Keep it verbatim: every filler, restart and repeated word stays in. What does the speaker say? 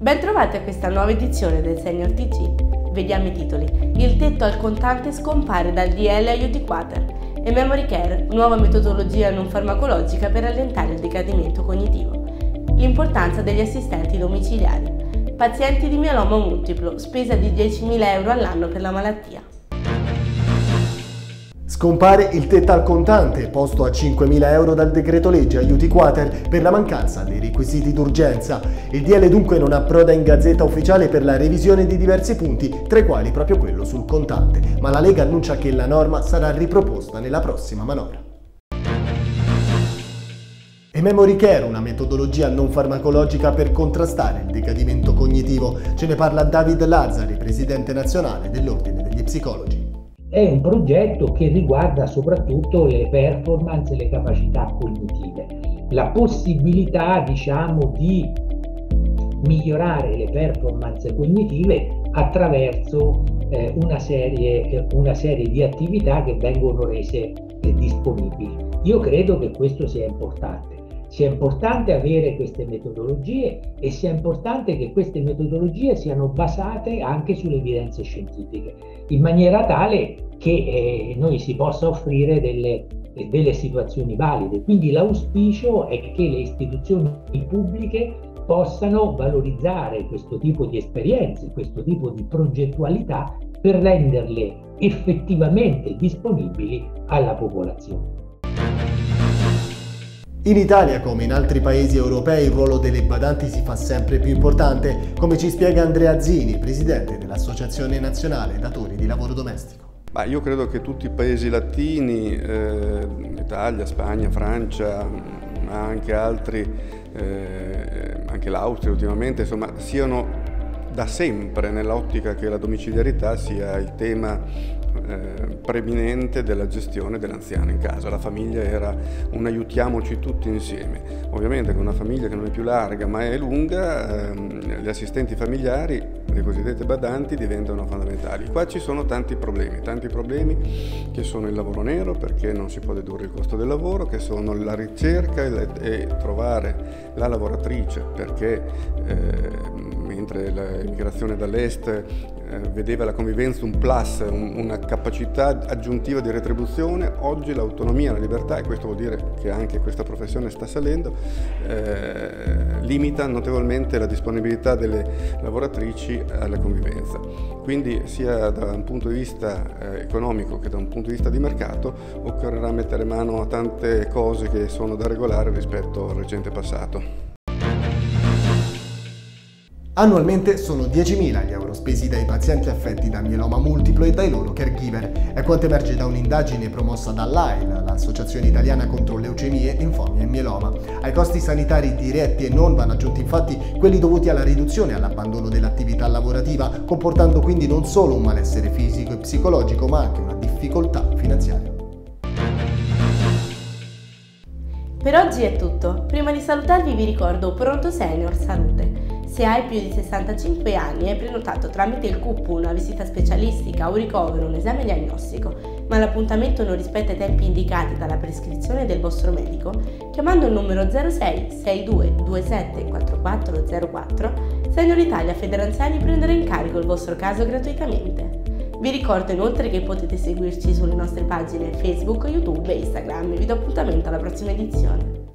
Bentrovati a questa nuova edizione del Senior T G. Vediamo i titoli. Il tetto al contante scompare dal D L Aiuti Quater. E Memory Care, nuova metodologia non farmacologica per allentare il decadimento cognitivo. L'importanza degli assistenti domiciliari. Pazienti di mieloma multiplo, spesa di diecimila euro all'anno per la malattia. Scompare il tetto al contante, posto a cinquemila euro dal decreto legge Aiuti Quater per la mancanza dei requisiti d'urgenza. Il D L dunque non approda in Gazzetta Ufficiale per la revisione di diversi punti, tra i quali proprio quello sul contante, ma la Lega annuncia che la norma sarà riproposta nella prossima manovra. E Memory Care, una metodologia non farmacologica per contrastare il decadimento cognitivo. Ce ne parla David Lazzari, presidente nazionale dell'Ordine degli Psicologi. È un progetto che riguarda soprattutto le performance e le capacità cognitive, la possibilità, diciamo, di migliorare le performance cognitive attraverso eh, una, serie, una serie di attività che vengono rese eh, disponibili. Io credo che questo sia importante. Sia importante avere queste metodologie e sia importante che queste metodologie siano basate anche sulle evidenze scientifiche, in maniera tale che eh, noi si possa offrire delle, delle situazioni valide. Quindi l'auspicio è che le istituzioni pubbliche possano valorizzare questo tipo di esperienze, questo tipo di progettualità per renderle effettivamente disponibili alla popolazione. In Italia, come in altri paesi europei, il ruolo delle badanti si fa sempre più importante, come ci spiega Andrea Zini, presidente dell'Associazione Nazionale Datori di Lavoro Domestico. Ma io credo che tutti i paesi latini, eh, Italia, Spagna, Francia, ma anche altri, eh, anche l'Austria ultimamente, insomma, siano da sempre nell'ottica che la domiciliarità sia il tema Eh, preminente della gestione dell'anziano in casa. La famiglia era un aiutiamoci tutti insieme. Ovviamente con una famiglia che non è più larga ma è lunga, ehm, gli assistenti familiari, le cosiddette badanti, diventano fondamentali. Qua ci sono tanti problemi, tanti problemi che sono il lavoro nero, perché non si può dedurre il costo del lavoro, che sono la ricerca e, e trovare la lavoratrice, perché eh, mentre l'immigrazione dall'est eh, vedeva la convivenza un plus, un, una capacità aggiuntiva di retribuzione, oggi l'autonomia, la libertà, e questo vuol dire che anche questa professione sta salendo, eh, limita notevolmente la disponibilità delle lavoratrici alla convivenza. Quindi sia da un punto di vista eh, economico che da un punto di vista di mercato occorrerà mettere mano a tante cose che sono da regolare rispetto al recente passato. Annualmente sono diecimila gli euro spesi dai pazienti affetti da mieloma multiplo e dai loro caregiver. È quanto emerge da un'indagine promossa dall'A I L, l'Associazione Italiana contro leucemie, linfomia e mieloma. Ai costi sanitari diretti e non vanno aggiunti infatti quelli dovuti alla riduzione e all'abbandono dell'attività lavorativa, comportando quindi non solo un malessere fisico e psicologico, ma anche una difficoltà finanziaria. Per oggi è tutto. Prima di salutarvi vi ricordo Pronto Senior Salute. Se hai più di sessantacinque anni e hai prenotato tramite il C U P una visita specialistica, un ricovero, un esame diagnostico, ma l'appuntamento non rispetta i tempi indicati dalla prescrizione del vostro medico, chiamando il numero zero sei sei due due sette quattro quattro zero quattro, Senior Italia Federanziani prenderà in carico il vostro caso gratuitamente. Vi ricordo inoltre che potete seguirci sulle nostre pagine Facebook, YouTube e Instagram. Vi do appuntamento alla prossima edizione.